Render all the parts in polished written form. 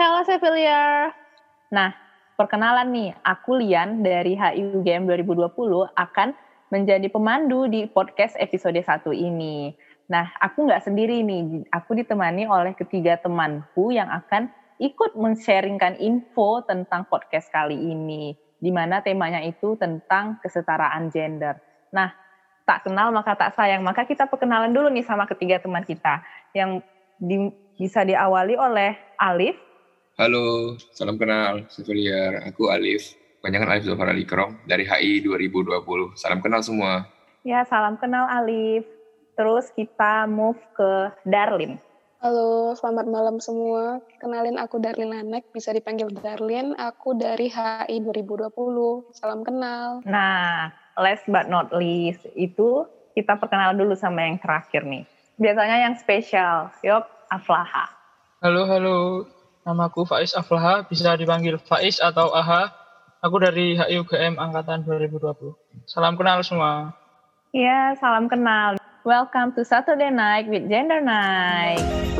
Halo Sevilier. Nah, perkenalan nih, aku Lian dari HIUGM 2020 akan menjadi pemandu di podcast episode 1 ini. Nah, aku nggak sendiri nih, aku ditemani oleh ketiga temanku yang akan ikut men-sharingkan info tentang podcast kali ini, di mana temanya itu tentang kesetaraan gender. Nah, tak kenal maka tak sayang, maka kita perkenalan dulu nih sama ketiga teman kita, yang bisa diawali oleh Alif. Halo, salam kenal, Sevilier. Aku Alif, kepanjangan Alif Zulfar Alikrom dari HI 2020. Salam kenal semua. Ya, salam kenal Alif. Terus kita move ke Darlin. Halo, selamat malam semua. Kenalin aku Darlin Lanek, bisa dipanggil Darlin. Aku dari HI 2020. Salam kenal. Nah, last but not least, itu kita perkenalan dulu sama yang terakhir nih. Biasanya yang spesial, Yop Aflaha. Halo. Namaku Faiz Aflaha, bisa dipanggil Faiz atau Aha. Aku dari HIUGM Angkatan 2020. Salam kenal semua. Ya, salam kenal. Welcome to Saturday Night with Gender Night.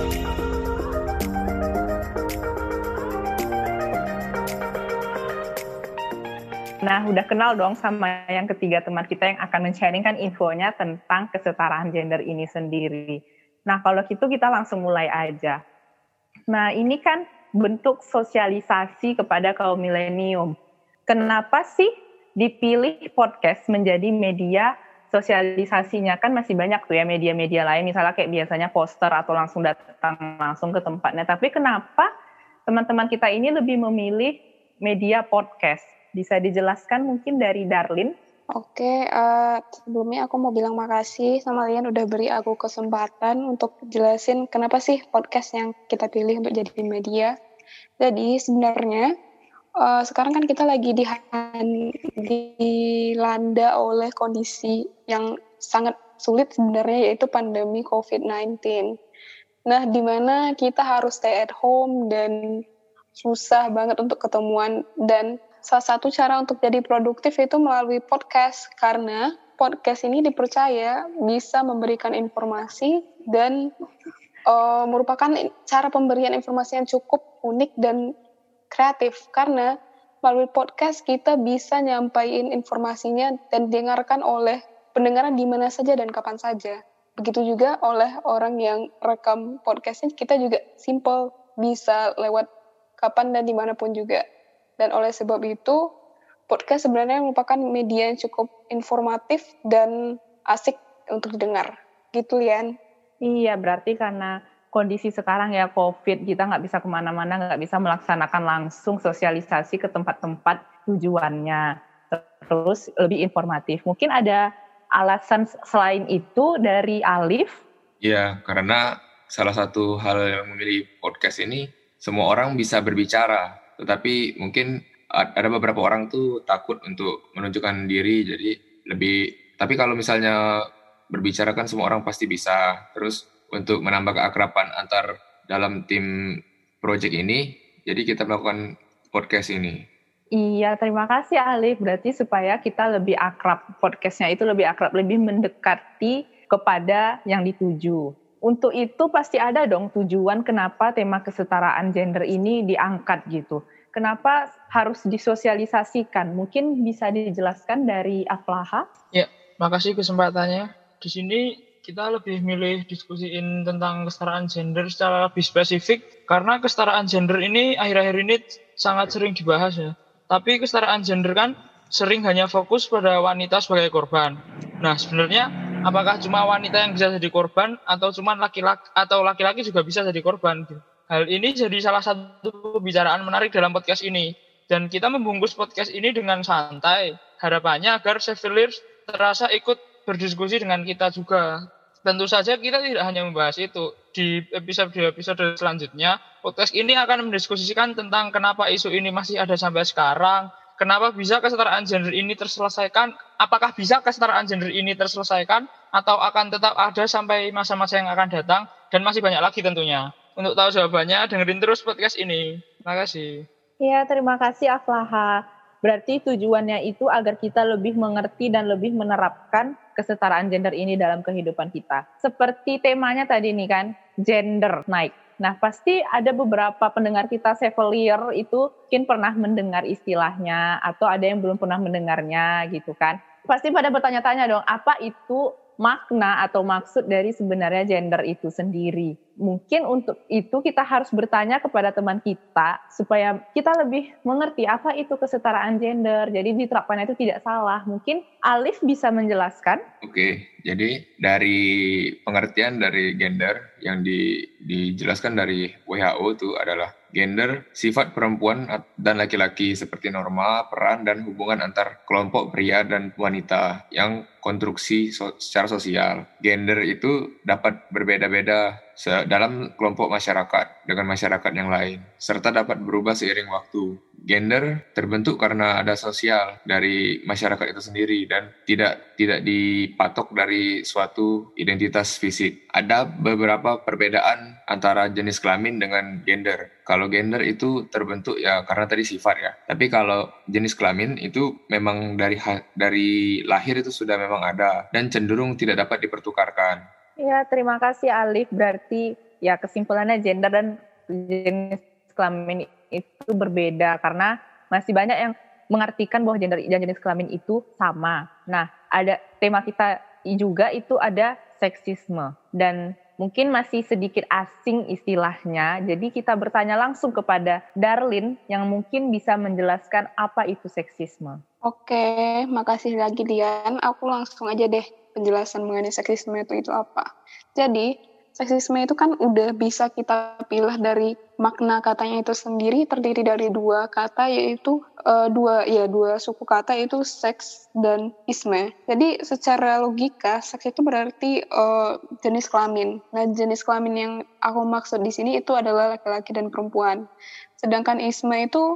Nah, udah kenal dong sama yang ketiga teman kita yang akan men-sharingkan infonya tentang kesetaraan gender ini sendiri. Nah, kalau gitu kita langsung mulai aja. Nah, ini kan bentuk sosialisasi kepada kaum milenium. Kenapa sih dipilih podcast menjadi media sosialisasinya? Kan masih banyak tuh ya media-media lain, misalnya kayak biasanya poster atau langsung datang langsung ke tempatnya. Tapi kenapa teman-teman kita ini lebih memilih media podcast? Bisa dijelaskan mungkin dari Darlin? Oke, sebelumnya aku mau bilang makasih sama Lian udah beri aku kesempatan untuk jelasin kenapa sih podcast yang kita pilih untuk jadi media. Jadi sebenarnya sekarang kan kita lagi dilanda oleh kondisi yang sangat sulit sebenarnya, yaitu pandemi COVID-19. Nah, di mana kita harus stay at home dan susah banget untuk ketemuan, dan salah satu cara untuk jadi produktif itu melalui podcast, karena podcast ini dipercaya bisa memberikan informasi dan merupakan cara pemberian informasi yang cukup unik dan kreatif, karena melalui podcast kita bisa nyampaikan informasinya dan didengarkan oleh pendengar di mana saja dan kapan saja. Begitu juga oleh orang yang rekam podcastnya, kita juga simple, bisa lewat kapan dan dimanapun juga. Dan oleh sebab itu, podcast sebenarnya merupakan media yang cukup informatif dan asik untuk didengar. Gitu, Lian. Iya, berarti karena kondisi sekarang ya COVID, kita nggak bisa kemana-mana, nggak bisa melaksanakan langsung sosialisasi ke tempat-tempat tujuannya. Terus lebih informatif. Mungkin ada alasan selain itu dari Alif? Ya, karena salah satu hal yang memilih podcast ini, semua orang bisa berbicara. Tetapi mungkin ada beberapa orang tuh takut untuk menunjukkan diri, jadi tapi kalau misalnya berbicara kan semua orang pasti bisa. Terus untuk menambah keakraban antar dalam tim project ini, jadi kita melakukan podcast ini. Iya, terima kasih Alif. Berarti supaya kita lebih akrab, podcastnya itu lebih akrab, lebih mendekati kepada yang dituju. Untuk itu pasti ada dong tujuan kenapa tema kesetaraan gender ini diangkat gitu. Kenapa harus disosialisasikan? Mungkin bisa dijelaskan dari Aflaha? Ya, makasih kesempatannya. Di sini kita lebih milih diskusiin tentang kesetaraan gender secara lebih spesifik, karena kesetaraan gender ini akhir-akhir ini sangat sering dibahas ya. Tapi kesetaraan gender kan sering hanya fokus pada wanita sebagai korban. Nah, sebenarnya apakah cuma wanita yang bisa jadi korban atau cuma laki-laki juga bisa jadi korban? Hal ini jadi salah satu pembicaraan menarik dalam podcast ini. Dan kita membungkus podcast ini dengan santai. Harapannya agar Sevilier terasa ikut berdiskusi dengan kita juga. Tentu saja kita tidak hanya membahas itu. Di episode selanjutnya, podcast ini akan mendiskusikan tentang kenapa isu ini masih ada sampai sekarang, kenapa bisa kesetaraan gender ini terselesaikan, apakah bisa kesetaraan gender ini terselesaikan, atau akan tetap ada sampai masa-masa yang akan datang, dan masih banyak lagi tentunya. Untuk tahu jawabannya, dengerin terus podcast ini. Terima kasih. Ya, terima kasih Aflaha. Berarti tujuannya itu agar kita lebih mengerti dan lebih menerapkan kesetaraan gender ini dalam kehidupan kita. Seperti temanya tadi nih kan, gender night. Nah, pasti ada beberapa pendengar kita Chevalier itu mungkin pernah mendengar istilahnya atau ada yang belum pernah mendengarnya gitu kan. Pasti pada bertanya-tanya dong, apa itu makna atau maksud dari sebenarnya gender itu sendiri. Mungkin untuk itu kita harus bertanya kepada teman kita supaya kita lebih mengerti apa itu kesetaraan gender. Jadi diterapkan itu tidak salah. Mungkin Alif bisa menjelaskan. Oke, jadi dari pengertian dari gender yang dijelaskan dari WHO itu adalah gender, sifat perempuan dan laki-laki seperti norma, peran, dan hubungan antar kelompok pria dan wanita yang konstruksi secara sosial. Gender itu dapat berbeda-beda dalam kelompok masyarakat dengan masyarakat yang lain, serta dapat berubah seiring waktu. Gender terbentuk karena ada sosial dari masyarakat itu sendiri dan tidak dipatok dari suatu identitas fisik. Ada beberapa perbedaan antara jenis kelamin dengan gender. Kalau gender itu terbentuk ya karena tadi sifat ya. Tapi kalau jenis kelamin itu memang dari lahir itu sudah memang ada dan cenderung tidak dapat dipertukarkan. Ya, terima kasih Alif. Berarti ya kesimpulannya gender dan jenis kelamin itu berbeda karena masih banyak yang mengartikan bahwa gender dan jenis kelamin itu sama. Nah, ada tema kita juga itu ada seksisme dan mungkin masih sedikit asing istilahnya. Jadi kita bertanya langsung kepada Darlin yang mungkin bisa menjelaskan apa itu seksisme. Oke, makasih lagi Dian. Aku langsung aja deh penjelasan mengenai seksisme itu apa. Jadi, seksisme itu kan udah bisa kita pilih dari makna katanya itu sendiri, terdiri dari dua kata, yaitu dua suku kata, yaitu seks dan isme. Jadi secara logika seks itu berarti jenis kelamin. Nah, jenis kelamin yang aku maksud di sini itu adalah laki-laki dan perempuan. Sedangkan isme itu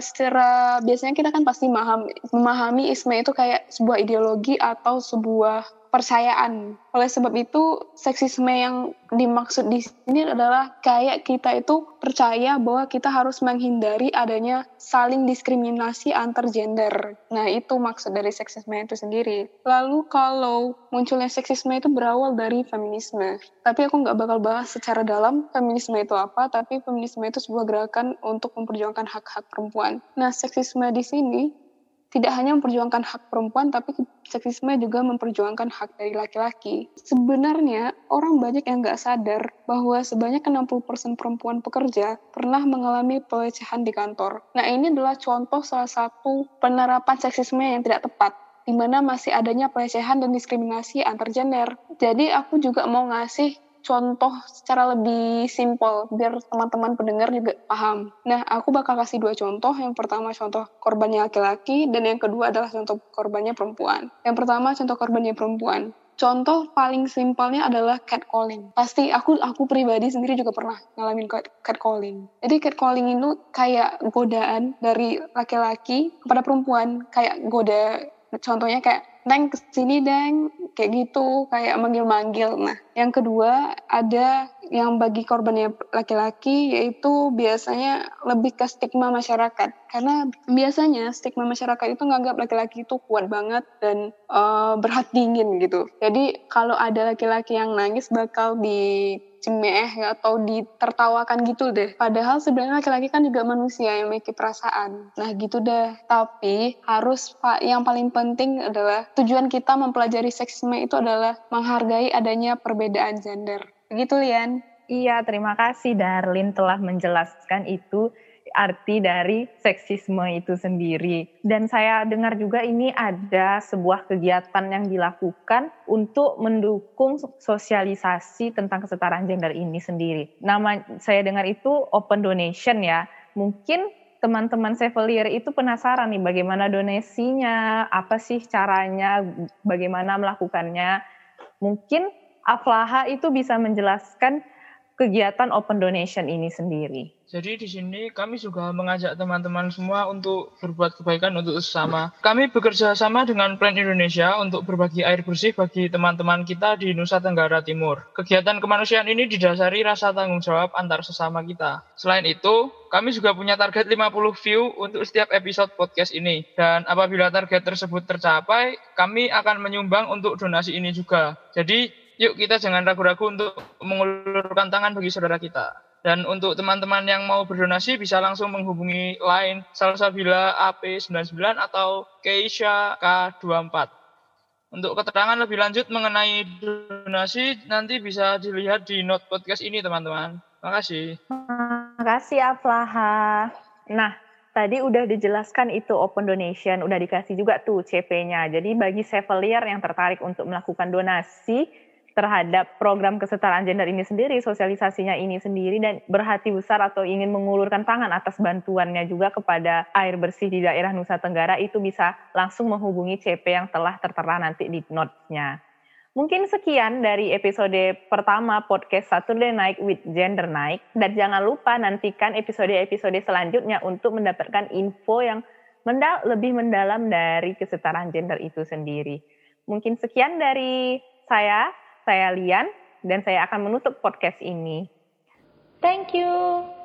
secara biasanya kita kan pasti memahami isme itu kayak sebuah ideologi atau sebuah percayaan. Oleh sebab itu, seksisme yang dimaksud di sini adalah kayak kita itu percaya bahwa kita harus menghindari adanya saling diskriminasi antar gender. Nah, itu maksud dari seksisme itu sendiri. Lalu kalau munculnya seksisme itu berawal dari feminisme. Tapi aku nggak bakal bahas secara dalam feminisme itu apa, tapi feminisme itu sebuah gerakan untuk memperjuangkan hak-hak perempuan. Nah, seksisme di sini tidak hanya memperjuangkan hak perempuan, tapi seksisme juga memperjuangkan hak dari laki-laki. Sebenarnya, orang banyak yang nggak sadar bahwa sebanyak 60% perempuan pekerja pernah mengalami pelecehan di kantor. Nah, ini adalah contoh salah satu penerapan seksisme yang tidak tepat, di mana masih adanya pelecehan dan diskriminasi antar gender. Jadi, aku juga mau ngasih contoh secara lebih simpel biar teman-teman pendengar juga paham. Nah, aku bakal kasih dua contoh. Yang pertama contoh korbannya laki-laki dan yang kedua adalah contoh korbannya perempuan. Yang pertama contoh korbannya perempuan. Contoh paling simpelnya adalah catcalling. Pasti aku pribadi sendiri juga pernah ngalamin catcalling. Jadi catcalling itu kayak godaan dari laki-laki kepada perempuan, kayak goda. Contohnya kayak, "Neng kesini deng," kayak gitu, kayak manggil-manggil. Nah, yang kedua ada yang bagi korbannya laki-laki, yaitu biasanya lebih ke stigma masyarakat. Karena biasanya stigma masyarakat itu nganggap laki-laki itu kuat banget dan berhati dingin gitu. Jadi kalau ada laki-laki yang nangis bakal dicemeh atau ditertawakan gitu deh. Padahal sebenarnya laki-laki kan juga manusia yang memiliki perasaan. Nah gitu deh. Tapi yang paling penting adalah tujuan kita mempelajari seksisme itu adalah menghargai adanya perbedaan gender. Begitu, Lian? Iya, terima kasih Darlin telah menjelaskan itu arti dari seksisme itu sendiri. Dan saya dengar juga ini ada sebuah kegiatan yang dilakukan untuk mendukung sosialisasi tentang kesetaraan gender ini sendiri. Nama saya dengar itu open donation ya. Mungkin teman-teman Chevalier itu penasaran nih bagaimana donasinya, apa sih caranya, bagaimana melakukannya. Mungkin Aflaha itu bisa menjelaskan kegiatan open donation ini sendiri. Jadi di sini kami juga mengajak teman-teman semua untuk berbuat kebaikan untuk sesama. Kami bekerja sama dengan Plan Indonesia untuk berbagi air bersih bagi teman-teman kita di Nusa Tenggara Timur. Kegiatan kemanusiaan ini didasari rasa tanggung jawab antar sesama kita. Selain itu, kami juga punya target 50 view untuk setiap episode podcast ini. Dan apabila target tersebut tercapai, kami akan menyumbang untuk donasi ini juga. Jadi, yuk kita jangan ragu-ragu untuk mengulurkan tangan bagi saudara kita. Dan untuk teman-teman yang mau berdonasi bisa langsung menghubungi line Salsabila AP99 atau Keisha K24. Untuk keterangan lebih lanjut mengenai donasi nanti bisa dilihat di note podcast ini teman-teman. Terima kasih. Terima kasih Aflaha. Nah, tadi udah dijelaskan itu open donation, udah dikasih juga tuh CP-nya. Jadi bagi Sevelier yang tertarik untuk melakukan donasi terhadap program kesetaraan gender ini sendiri, sosialisasinya ini sendiri, dan berhati besar atau ingin mengulurkan tangan atas bantuannya juga kepada air bersih di daerah Nusa Tenggara, itu bisa langsung menghubungi CP yang telah tertera nanti di notes-nya. Mungkin sekian dari episode pertama podcast Saturday Night with Gender Night, dan jangan lupa nantikan episode-episode selanjutnya untuk mendapatkan info yang lebih mendalam dari kesetaraan gender itu sendiri. Mungkin sekian dari saya Lian, dan saya akan menutup podcast ini. Thank you.